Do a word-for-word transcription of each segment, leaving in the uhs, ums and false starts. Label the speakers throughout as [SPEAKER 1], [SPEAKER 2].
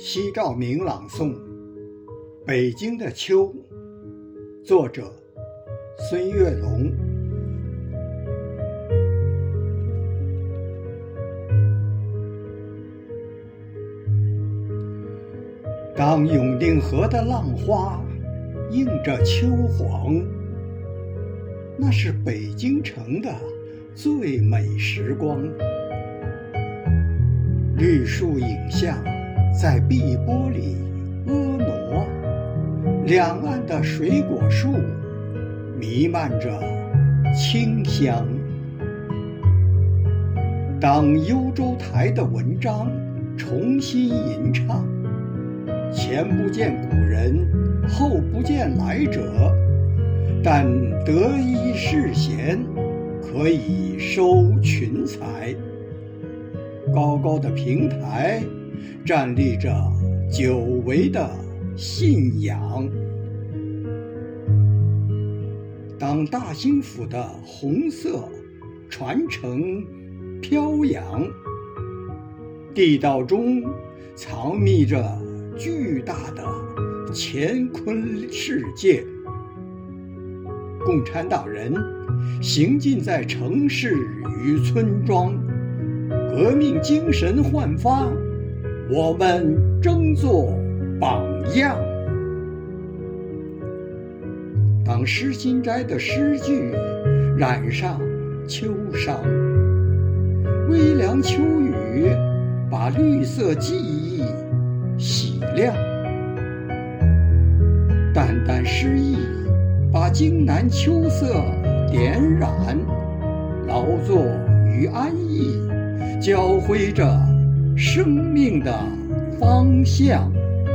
[SPEAKER 1] 奚兆明朗诵《北京的秋》，作者孙月龙。当永定河的浪花映着秋黄，那是北京城的最美时光。绿树影像在碧波里婀娜，两岸的水果树弥漫着清香。当幽州台的文章重新吟唱，前不见古人，后不见来者，但得一世贤，可以收群才。高高的平台站立着久违的信仰。当大兴府的红色传承飘扬，地道中藏匿着巨大的乾坤世界。共产党人行进在城市与村庄，革命精神焕发，我们争做榜样。当诗心斋的诗句染上秋殇，微凉秋雨把绿色记忆洗亮，淡淡诗意把荆南秋色点染，劳作与安逸交辉着生命的方向。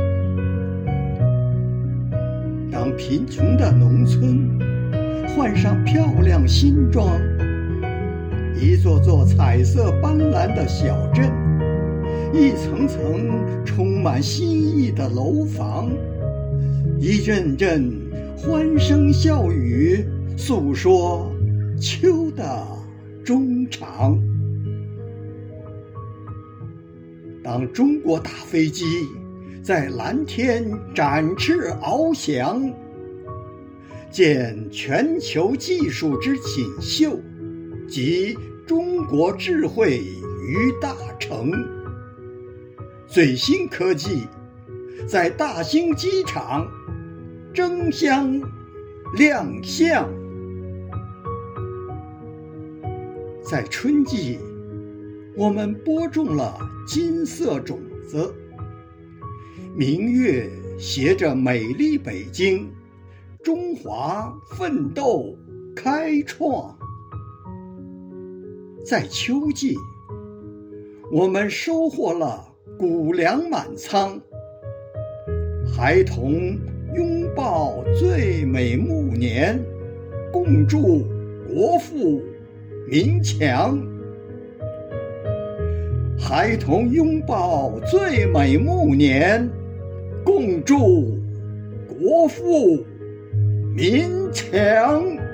[SPEAKER 1] 当贫穷的农村换上漂亮新装，一座座彩色斑斓的小镇，一层层充满新意的楼房，一阵阵欢声笑语诉说秋的衷肠。当中国大飞机在蓝天展翅翱翔，见全球技术之锦绣及中国智慧于大成，最新科技在大兴机场争相亮相。在春季，我们播种了金色种子，明月携着美丽北京，中华奋斗开创。在秋季，我们收获了谷粮满仓，孩童拥抱最美暮年，共筑国富民强。孩童拥抱最美暮年，共筑国富民强。